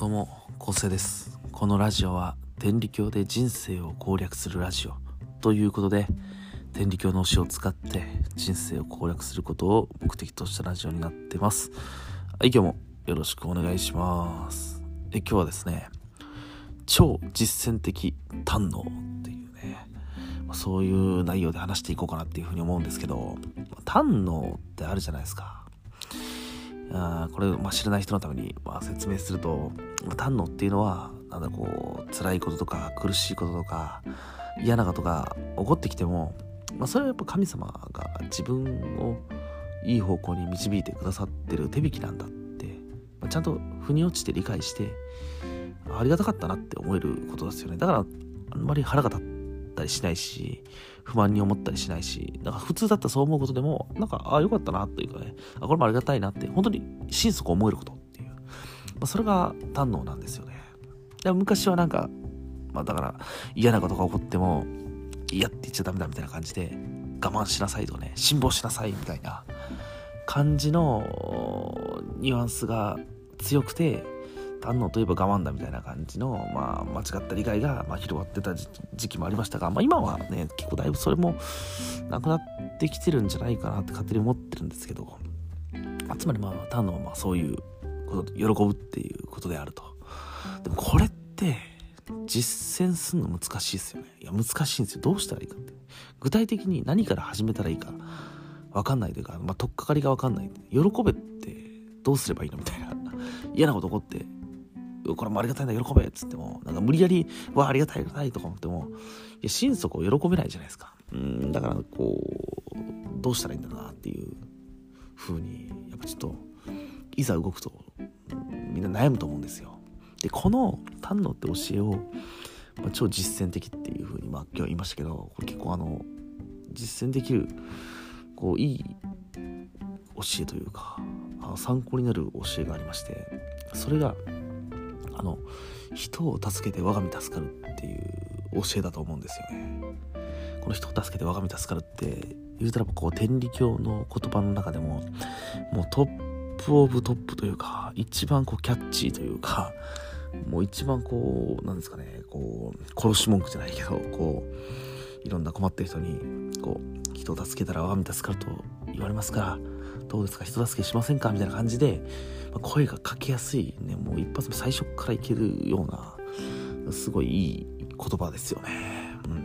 どうも、昴生です。このラジオは天理教で人生を攻略するラジオということで、天理教の教えを使って人生を攻略することを目的としたラジオになってます。はい、今日もよろしくお願いします。今日はですね、超実践的堪能っていうね、そういう内容で話していこうかなっていうふうに思うんですけど、堪能ってあるじゃないですか。これ、知らない人のために、説明すると、堪能っていうのは辛いこととか苦しいこととか嫌なことが起こってきても、それはやっぱ神様が自分をいい方向に導いてくださってる手引きなんだって、ちゃんと腑に落ちて理解してありがたかったなって思えることですよね。だからあんまり腹が立ったりしないし、不満に思ったりしないし、普通だったらそう思うことでもよかったなというかね、これもありがたいなって本当に心底思えることっていう、それが堪能なんですよね。昔はだから嫌なことが起こっても嫌って言っちゃダメだみたいな感じで我慢しなさいとかね、辛抱しなさいみたいな感じのニュアンスが強くて、堪能といえば我慢だみたいな感じの、間違った理解が、広がってた時期もありましたが、今はね結構だいぶそれもなくなってきてるんじゃないかなって勝手に思ってるんですけど、つまり堪能はそういうことで喜ぶっていうことであると。でもこれって実践するの難しいですよね。難しいんですよ。どうしたらいいかって、具体的に何から始めたらいいか分かんないというか、取っかかりが分かんない。喜べってどうすればいいのみたいな。嫌なこと起こってこれもありがたいんだ喜べっつっても無理やりありがたいとか思っても心底喜べないじゃないですか。だからどうしたらいいんだなっていう風にやっぱちょっといざ動くとみんな悩むと思うんですよ。でこの堪能って教えを、超実践的っていう風に今日言いましたけど、これ結構実践できるいい教えというか参考になる教えがありまして、それが人を助けて我が身助かるっていう教えだと思うんですよね。この人を助けて我が身助かるって言うたら天理教の言葉の中でももうトップオブトップというか、一番キャッチーというか、もう一番なんですかね、殺し文句じゃないけどいろんな困ってる人に人を助けたら我が身助かると言われますから、どうですか人助けしませんかみたいな感じで、声がかけやすいね、もう一発目最初からいけるようなすごいいい言葉ですよね。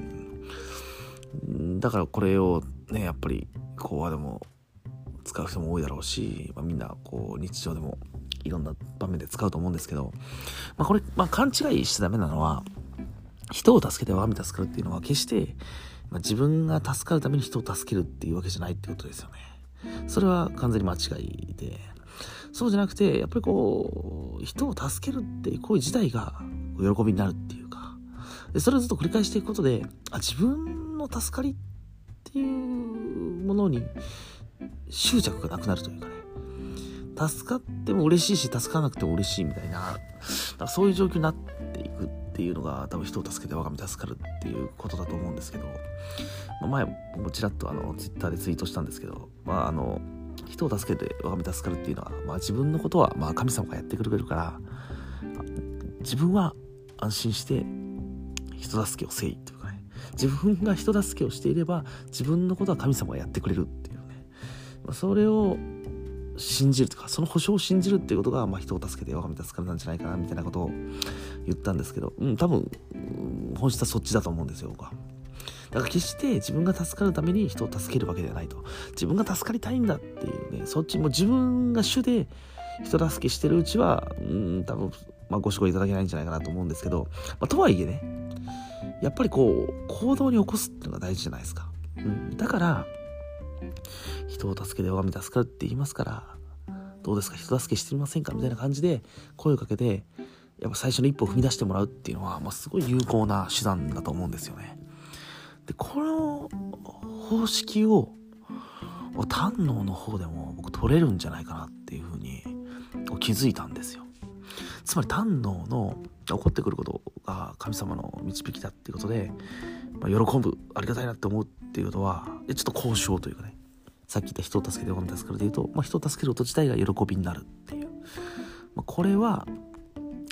だからこれをねやっぱり講話でも使う人も多いだろうし、みんな日常でもいろんな場面で使うと思うんですけど、これ、勘違いしちゃダメなのは、人を助けて我が身助かるっていうのは決して、自分が助かるために人を助けるっていうわけじゃないってことですよね。それは完全に間違いで、そうじゃなくてやっぱり人を助けるっていう行為自体が喜びになるっていうか、でそれをずっと繰り返していくことで自分の助かりっていうものに執着がなくなるというかね、助かっても嬉しいし助からなくても嬉しいみたいな、そういう状況になっていくっていうのが多分人を助けて我が身助かるっていうことだと思うんですけど、前もちらっとツイッターでツイートしたんですけど、人を助けて我が身助かるっていうのは、自分のことは神様がやってくれるから、自分は安心して人助けをせいというかね、自分が人助けをしていれば自分のことは神様がやってくれるっていうね、それを信じるとか、その保証を信じるっていうことが、人を助けて我が身助かるなんじゃないかなみたいなことを言ったんですけど、多分本質はそっちだと思うんですよ。僕はだから決して自分が助かるために人を助けるわけではないと。自分が助かりたいんだっていうね、そっちも自分が主で人助けしてるうちは多分ご指導いただけないんじゃないかなと思うんですけど、とはいえね、やっぱり行動に起こすっていうのが大事じゃないですか。だから人を助けて我が身助かるって言いますから、どうですか人助けしてみませんかみたいな感じで声をかけて、やっぱ最初の一歩を踏み出してもらうっていうのは、すごい有効な手段だと思うんですよね。でこの方式を堪能の方でも僕取れるんじゃないかなっていうふうに気づいたんですよ。つまり堪能の起こってくることが神様の導きだっていうことで、喜ぶありがたいなって思うっていうことはちょっと交渉というかね、さっき言った人を助けて我が身助かるでいうと、人を助けること自体が喜びになるっていう、これは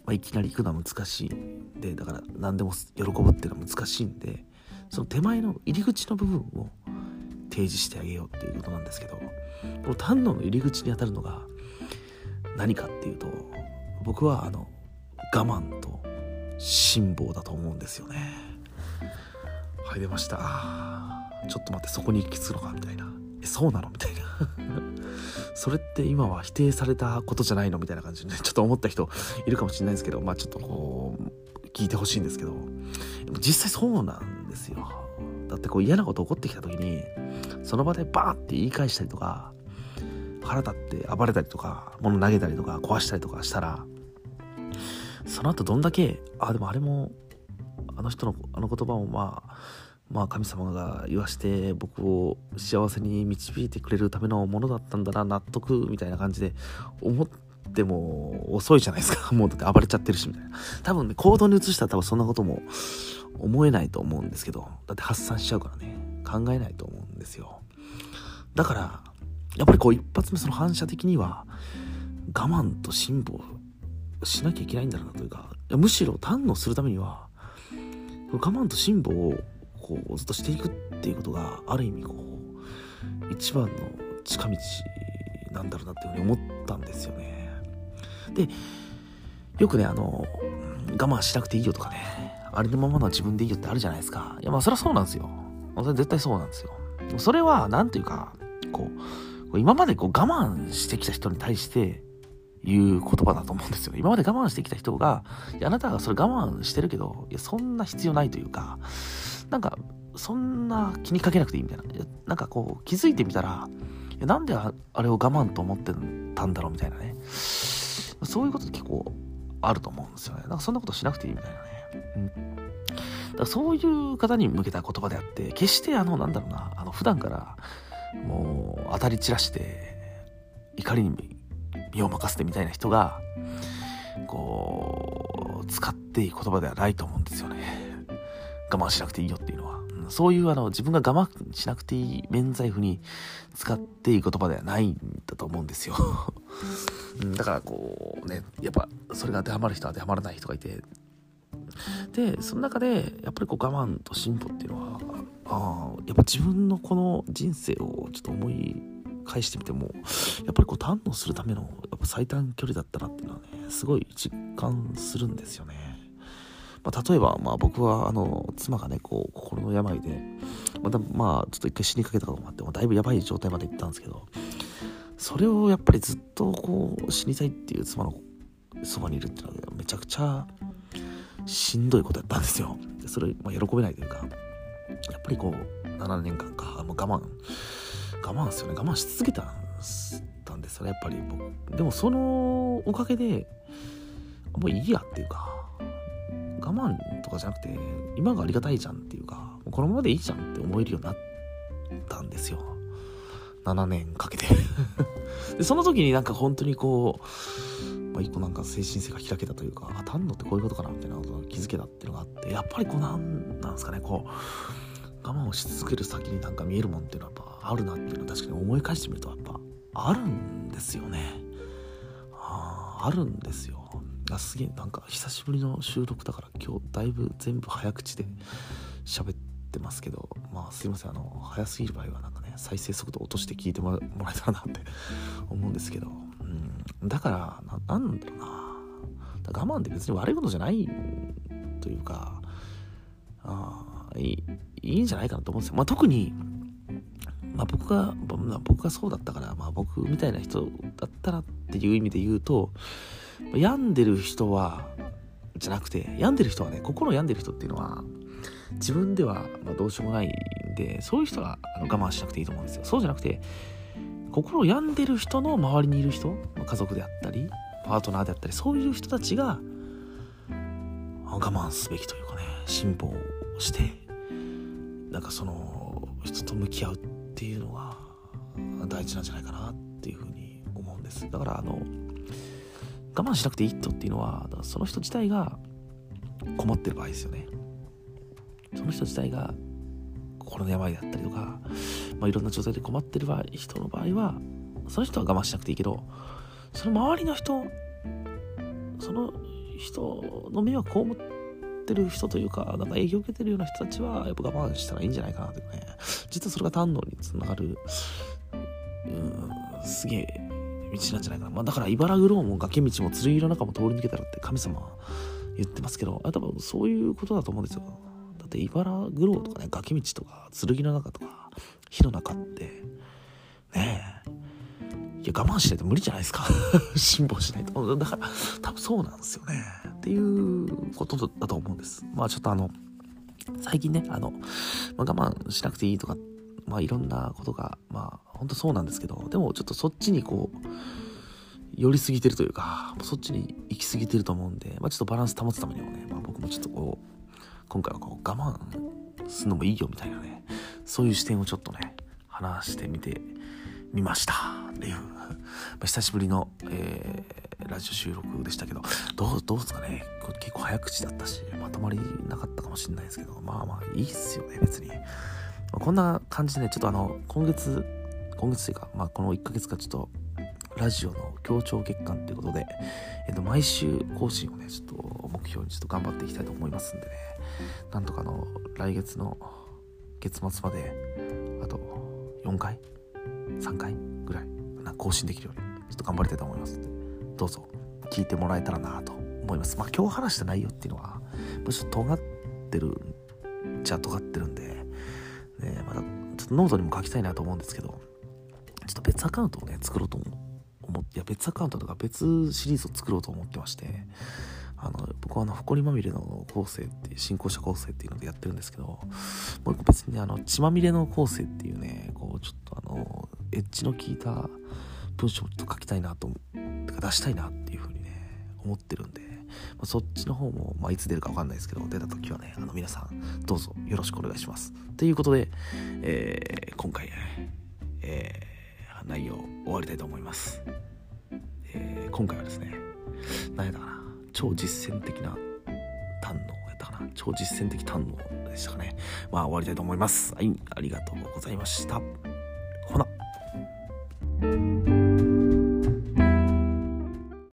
いきなり行くのは難しいんで、だから何でも喜ぶっていうのは難しいんで、その手前の入り口の部分を提示してあげようっていうことなんですけど、この丹野の入り口に当たるのが何かっていうと、僕は我慢と辛抱だと思うんですよね。はい、出ました。ちょっと待って、そこに行き着くのかみたいな、そうなのみたいなそれって今は否定されたことじゃないのみたいな感じで、ね、ちょっと思った人いるかもしれないですけど、ちょっとこう聞いてほしいんですけど、実際そうなんですよ。だって嫌なこと起こってきた時にその場でバーって言い返したりとか、腹立って暴れたりとか、物投げたりとか壊したりとかしたら、その後どんだけでもあれもあの人の言葉も神様が言わして僕を幸せに導いてくれるためのものだったんだな、納得みたいな感じで思っても遅いじゃないですか。もうだって暴れちゃってるしみたいな。多分ね、行動に移したら多分そんなことも思えないと思うんですけど、だって発散しちゃうからね、考えないと思うんですよ。だからやっぱり一発目その反射的には我慢と辛抱しなきゃいけないんだろうなというか、むしろ堪能するためには我慢と辛抱をずっとしていくっていうことがある意味一番の近道なんだろうなっていうふうに思ったんですよね。で、よくね我慢しなくていいよとかね、ありのままの自分でいいよってあるじゃないですか。いやそれはそうなんですよ。それ絶対そうなんですよ。それはなんていうか今まで我慢してきた人に対して言う言葉だと思うんですよ。今まで我慢してきた人が、あなたがそれ我慢してるけど、そんな必要ないというか、そんな気にかけなくていいみたいな。気づいてみたら、なんであれを我慢と思ってたんだろうみたいなね。そういうことって結構あると思うんですよね。そんなことしなくていいみたいなね。だからそういう方に向けた言葉であって、決して普段からもう当たり散らして怒りに身を任せてみたいな人が使っていい言葉ではないと思うんですよね。我慢しなくていいよっていうのは、そういう自分が我慢しなくていい免罪符に使っていい言葉ではないんだと思うんですよだからやっぱそれが当てはまる人は当てはまらない人がいて、でその中でやっぱり我慢と進歩っていうのはやっぱ自分のこの人生をちょっと思い返してみても、やっぱり堪能するためのやっぱ最短距離だったなっていうのはね、すごい実感するんですよね。例えば僕は妻がね心の病でちょっと一回死にかけたこともあって、だいぶやばい状態まで行ったんですけど、それをやっぱりずっと死にたいっていう妻のそばにいるっていうのはめちゃくちゃしんどいことやったんですよ。でそれ喜べないというか、やっぱり7年間か我慢ですよね。我慢し続けたんですよね、やっぱり僕。でもそのおかげでもういいやっていうか、我慢とかじゃなくて今がありがたいじゃんっていうか、このままでいいじゃんって思えるようになったんですよ、7年かけてでその時に本当に一個精神性が開けたというか、丹野ってこういうことかなみたいなことを気づけたっていうのがあって、やっぱりなんですかね、我慢をし続ける先に見えるもんっていうのはやっぱあるなっていうのは確かに思い返してみるとやっぱあるんですよね。あるんですよ。すげえ久しぶりの収録だから今日だいぶ全部早口で喋ってますけど、すいません、早すぎる場合は再生速度落として聞いてもらえたらなって思うんですけど、だからなんだろうな、我慢って別に悪いことじゃないというか、いいんじゃないかなと思うんですよ。特に僕がそうだったから、僕みたいな人だったらっていう意味で言うと、病んでる人はじゃなくて、病んでる人はね、心病んでる人っていうのは自分ではどうしようもないんで、そういう人は我慢しなくていいと思うんですよ。そうじゃなくて、心を病んでる人の周りにいる人、家族であったりパートナーであったり、そういう人たちが我慢すべきというかね、辛抱してその人と向き合うっていうのが大事なんじゃないかなっていうふうに思うんです。だから我慢しなくていい人っていうのは、その人自体が困ってる場合ですよね。その人自体が心の病だったりとか、いろんな状態で困ってる人の場合は、その人は我慢しなくていいけど、その周りの人、その人の迷惑を被ってる人というか、なんか影響を受けてるような人たちはやっぱ我慢したらいいんじゃないかなというね、実はそれが胆のにつながるすげえ道なんじゃないかな。だから茨愚路も崖道も剣の中も通り抜けたらって神様は言ってますけど、多分そういうことだと思うんですよ。だって茨愚路とかね、崖道とか剣の中とか火の中ってねえ、いや我慢しないと無理じゃないですか辛抱しないと。だから多分そうなんですよねっていうことだと思うんです。ちょっと最近ね我慢しなくていいとかいろんなことが本当そうなんですけど、でもちょっとそっちに寄りすぎてるというか、そっちに行き過ぎてると思うんで、ちょっとバランス保つためにもね、僕もちょっと今回は我慢するのもいいよみたいなね、そういう視点をちょっとね話してみてみましたっていう久しぶりの、ラジオ収録でしたけど、どうですかね。これ結構早口だったしまとまりなかったかもしれないですけど、いいっすよね別に。こんな感じでね、ちょっと今月というか、この1ヶ月間ちょっとラジオの協調月間ということで、毎週更新をねちょっと目標にちょっと頑張っていきたいと思いますんでね、なんとか来月の月末まであと4回3回ぐらい更新できるようにちょっと頑張りたいと思いますので、どうぞ聞いてもらえたらなと思います。今日話した内容っていうのはちょっと尖ってるじゃ尖ってるんでね、またちょっとノートにも書きたいなと思うんですけど、ちょっと別アカウントをね作ろうと思って、別アカウントとか別シリーズを作ろうと思ってまして、僕は埃まみれの構成っていう新校舎構成っていうのでやってるんですけど、もう別に血まみれの構成っていうね、ちょっとエッジの効いた文章をちょっと書きたいなと出したいなっていう風にね思ってるんで、そっちの方もいつ出るか分かんないですけど、出た時はね皆さんどうぞよろしくお願いしますということで、今回内容終わりたいと思います。今回はですね、何やったかな、超実践的な堪能やったかな、超実践的堪能でしたかね。終わりたいと思います。はい、ありがとうございました。ほな。